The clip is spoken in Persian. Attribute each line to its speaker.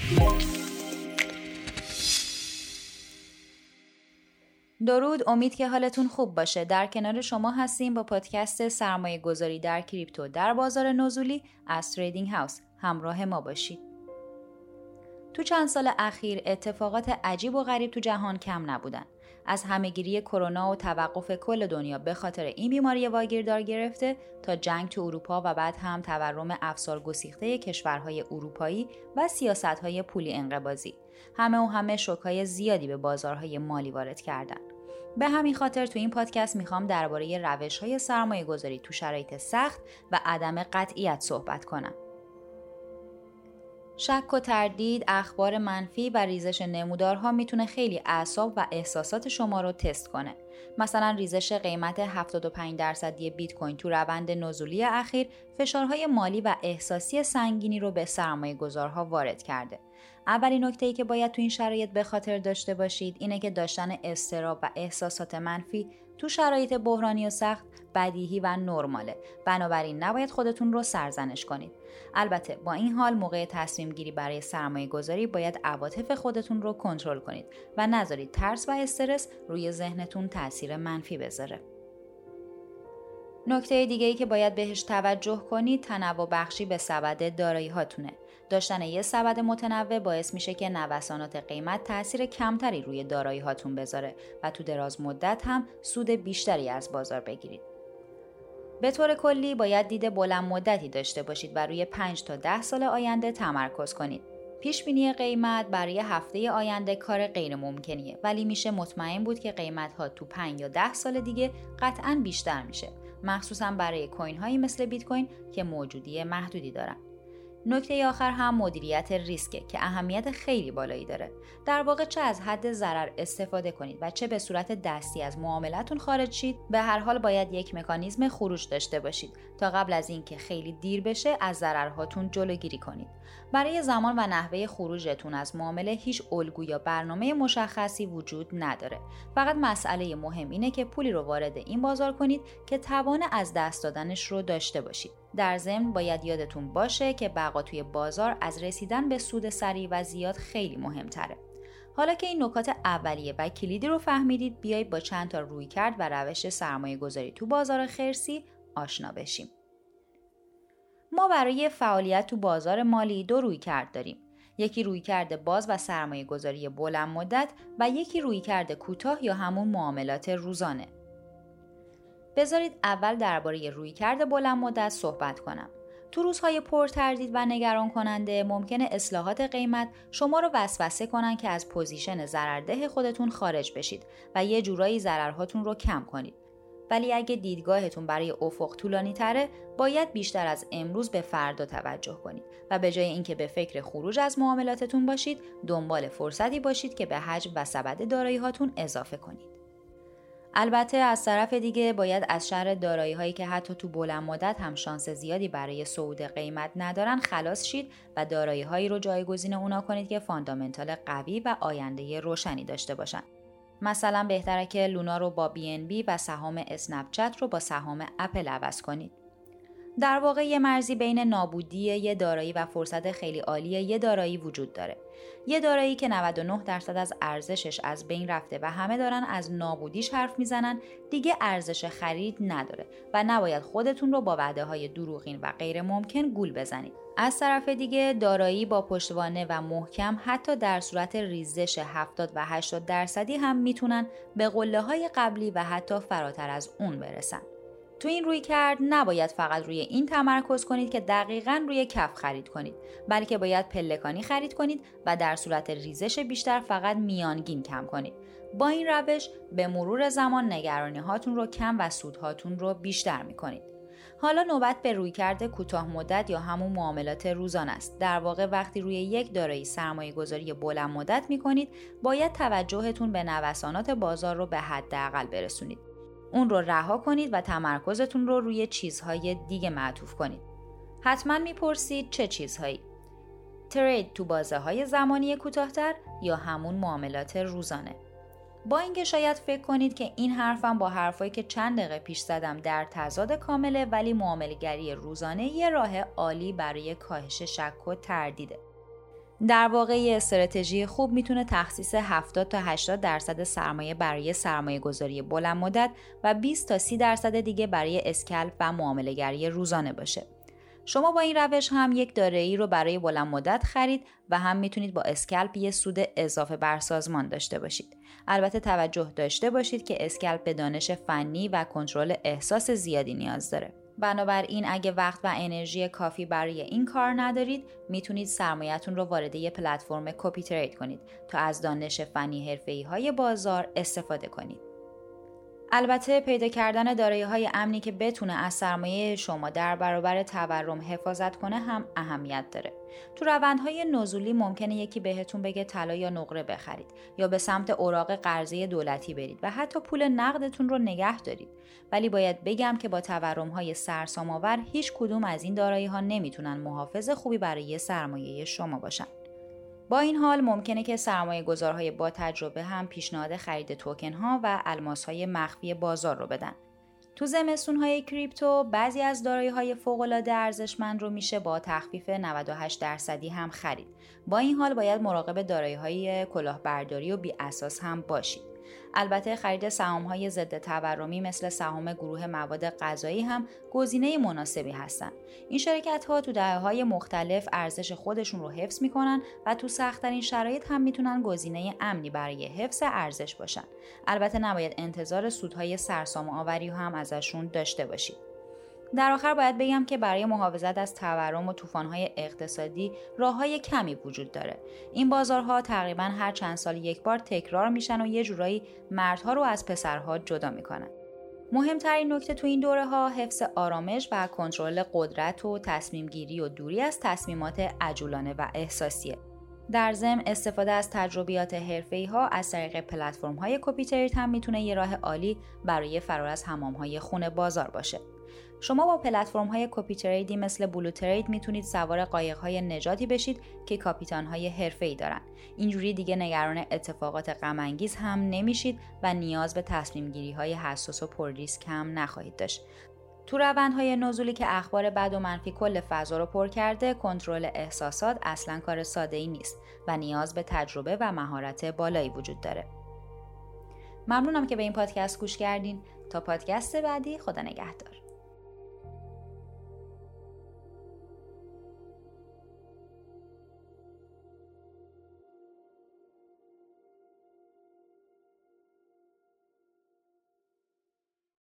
Speaker 1: درود، امید که حالتون خوب باشه. در کنار شما هستیم با پادکست سرمایه گذاری در کریپتو در بازار نزولی از تریدینگ هاوس. همراه ما باشید. تو چند سال اخیر اتفاقات عجیب و غریب تو جهان کم نبودن. از همهگیری کرونا و توقف کل دنیا به خاطر این بیماری واگیردار گرفته تا جنگ تو اروپا و بعد هم تورم افسار گسیخته کشورهای اروپایی و سیاست‌های پولی انقباضی. همه شوک‌های زیادی به بازارهای مالی وارد کردن. به همین خاطر تو این پادکست میخوام درباره روش‌های سرمایه‌گذاری تو شرایط سخت و عدم قطعیت صحبت کنم. شک و تردید، اخبار منفی و ریزش نمودارها میتونه خیلی اعصاب و احساسات شما رو تست کنه. مثلا ریزش قیمت 75% بیت کوین تو روند نزولی اخیر فشارهای مالی و احساسی سنگینی رو به سرمایه‌گذارها وارد کرده. اولین نکته‌ای که باید تو این شرایط به خاطر داشته باشید اینه که داشتن اضطراب و احساسات منفی تو شرایط بحرانی و سخت بدیهی و نرماله. بنابراین نباید خودتون رو سرزنش کنید. البته با این حال موقع تصمیم گیری برای سرمایه گذاری باید عواطف خودتون رو کنترل کنید و نذارید ترس و استرس روی ذهنتون تأثیر منفی بذاره. نکته دیگه‌ای که باید بهش توجه کنید تنوع بخشی به سبد دارایی هاتونه. داشتن یه سبد متنوع باعث میشه که نوسانات قیمت تأثیر کمتری روی دارایی هاتون بذاره و تو دراز مدت هم سود بیشتری از بازار بگیرید. به طور کلی باید دید بلند مدتی داشته باشید و روی 5 تا 10 سال آینده تمرکز کنید. پیش بینی قیمت برای هفته آینده کار غیر ممکنیه، ولی میشه مطمئن بود که قیمت ها تو 5 یا 10 سال دیگه قطعاً بیشتر میشه، مخصوصاً برای کوین هایی مثل بیت کوین که موجودی محدودی دارن. نکته آخر هم مدیریت ریسکه که اهمیت خیلی بالایی داره. در واقع چه از حد ضرر استفاده کنید و چه به صورت دستی از معاملتون خارج شید، به هر حال باید یک مکانیزم خروج داشته باشید تا قبل از اینکه خیلی دیر بشه از ضررهاتون جلوگیری کنید. برای زمان و نحوه خروجتون از معامله هیچ الگو یا برنامه مشخصی وجود نداره. فقط مسئله مهم اینه که پولی رو وارد این بازار کنید که توان از دست دادنش رو داشته باشید. در ضمن باید یادتون باشه که بقا توی بازار از رسیدن به سود سریع و زیاد خیلی مهمتره. حالا که این نکات اولیه و کلیدی رو فهمیدید، بیایید با چند تا رویکرد و روش سرمایه گذاری تو بازار خرسی آشنا بشیم. ما برای فعالیت تو بازار مالی 2 رویکرد داریم. یکی رویکرد باز و سرمایه گذاری بلند مدت و یکی رویکرد کوتاه یا همون معاملات روزانه. بذارید اول درباره رویکرد بلند مدت صحبت کنم. تو روزهای پرتردید و نگران کننده ممکنه اصلاحات قیمت شما رو وسوسه کنن که از پوزیشن ضررده خودتون خارج بشید و یه جورایی ضررهاتون رو کم کنید. ولی اگه دیدگاهتون برای افق طولانی تره، باید بیشتر از امروز به فردا توجه کنید و به جای اینکه به فکر خروج از معاملاتتون باشید، دنبال فرصتی باشید که به حجم و سبد دارایی هاتون اضافه کنید. البته از طرف دیگه باید از شر دارایی هایی که حتی تو بلند مدت هم شانس زیادی برای صعود قیمت ندارن خلاص شید و دارایی هایی رو جایگزین اونا کنید که فاندامنتال قوی و آینده روشنی داشته باشن. مثلا بهتره که لونا رو با BNB و سهام اسنپ چت رو با سهام اپل عوض کنید. در واقع یه مرزی بین نابودی یه دارایی و فرصت خیلی عالی یه دارایی وجود داره. یه دارایی که 99% از ارزشش از بین رفته و همه دارن از نابودیش حرف میزنن، دیگه ارزش خرید نداره و نباید خودتون رو با وعده‌های دروغین و غیر ممکن گول بزنید. از طرف دیگه دارایی با پشتوانه و محکم حتی در صورت ریزش 70 و 80% هم میتونن به قله‌های قبلی و حتی فراتر از اون برسن. تو این رویکرد نباید فقط روی این تمرکز کنید که دقیقاً روی کف خرید کنید، بلکه باید پلکانی خرید کنید و در صورت ریزش بیشتر فقط میانگین کم کنید. با این روش به مرور زمان نگرانی هاتون رو کم و سودهاتون رو بیشتر میکنید. حالا نوبت به رویکرد کوتاه مدت یا همون معاملات روزانه است. در واقع وقتی روی یک دارایی سرمایه گذاری بلند مدت میکنید، باید توجهتون به نوسانات بازار رو به حداقل برسونید. اون رو رها کنید و تمرکزتون رو روی چیزهای دیگه معطوف کنید. حتما میپرسید چه چیزهایی؟ ترید تو بازه‌های زمانی کوتاه‌تر یا همون معاملات روزانه؟ با اینکه شاید فکر کنید که این حرفم با حرفایی که چند دقیقه پیش زدم در تضاد کامله، ولی معامله‌گری روزانه یه راه عالی برای کاهش شک و تردیده. در واقع یه استراتژی خوب میتونه تخصیص 70 تا 80% سرمایه برای سرمایه گذاری بلند مدت و 20 تا 30% دیگه برای اسکلپ و معامله‌گری روزانه باشه. شما با این روش هم یک دارایی رو برای بلند مدت خرید و هم میتونید با اسکلپ یه سود اضافه بر سازمان داشته باشید. البته توجه داشته باشید که اسکلپ به دانش فنی و کنترل احساس زیادی نیاز داره. بنابراین اگه وقت و انرژی کافی برای این کار ندارید، میتونید سرمایه‌تون رو وارد یه پلتفرم کپی ترید کنید تا از دانش فنی حرفه‌ای‌های بازار استفاده کنید. البته پیدا کردن دارایی‌های امنی که بتونه از سرمایه شما در برابر تورم حفاظت کنه هم اهمیت داره. تو روندهای نزولی ممکنه یکی بهتون بگه طلا یا نقره بخرید یا به سمت اوراق قرضه دولتی برید و حتی پول نقدتون رو نگه دارید. ولی باید بگم که با تورم‌های سرسام‌آور هیچ کدوم از این دارایی‌ها نمیتونن محافظ خوبی برای سرمایه شما باشن. با این حال ممکنه که سرمایه‌گذارهای با تجربه هم پیشنهاد خرید توکن‌ها و الماس‌های مخفی بازار رو بدن. تو زمستون‌های کریپتو بعضی از دارایی‌های فوق‌العاده ارزشمند رو میشه با تخفیف 98% هم خرید. با این حال باید مراقب دارایی‌های کلاهبرداری و بی‌اساس هم باشید. البته خرید سهام‌های ضد تورمی مثل سهام گروه مواد غذایی هم گزینه مناسبی هستند. این شرکت‌ها تو دهه‌های مختلف ارزش خودشون رو حفظ می‌کنن و تو سخت‌ترین شرایط هم میتونن گزینه امنی برای حفظ ارزش باشن. البته نباید انتظار سودهای سرسام‌آوری هم ازشون داشته باشید. در آخر باید بگم که برای محافظت از تورم و طوفان‌های اقتصادی راه‌های کمی وجود داره. این بازارها تقریباً هر چند سال یک بار تکرار میشن و یه جورایی مردها رو از پسرها جدا میکنن. مهمترین نکته تو این دوره‌ها حفظ آرامش و کنترل قدرت و تصمیم گیری و دوری از تصمیمات عجولانه و احساسیه. در ضمن استفاده از تجربیات حرفه‌ای‌ها از طریق پلتفرم‌های کپی ترید هم میتونه یه راه عالی برای فرار از حمام‌های خون بازار باشه. شما با پلتفرم‌های کپی تریدی مثل بلو ترید میتونید سوار قایق‌های نجاتی بشید که کاپیتان‌های حرفه‌ای دارن. اینجوری دیگه نگران اتفاقات غم‌انگیز هم نمیشید و نیاز به تصمیم‌گیری‌های حساس و پر ریسک هم نخواهید داشت. تو روندهای نزولی که اخبار بد و منفی کل فضا رو پر کرده، کنترل احساسات اصلاً کار ساده‌ای نیست و نیاز به تجربه و مهارت بالایی وجود داره. ممنونم که به این پادکست گوش کردین. تا پادکست بعدی، خدا نگهدار.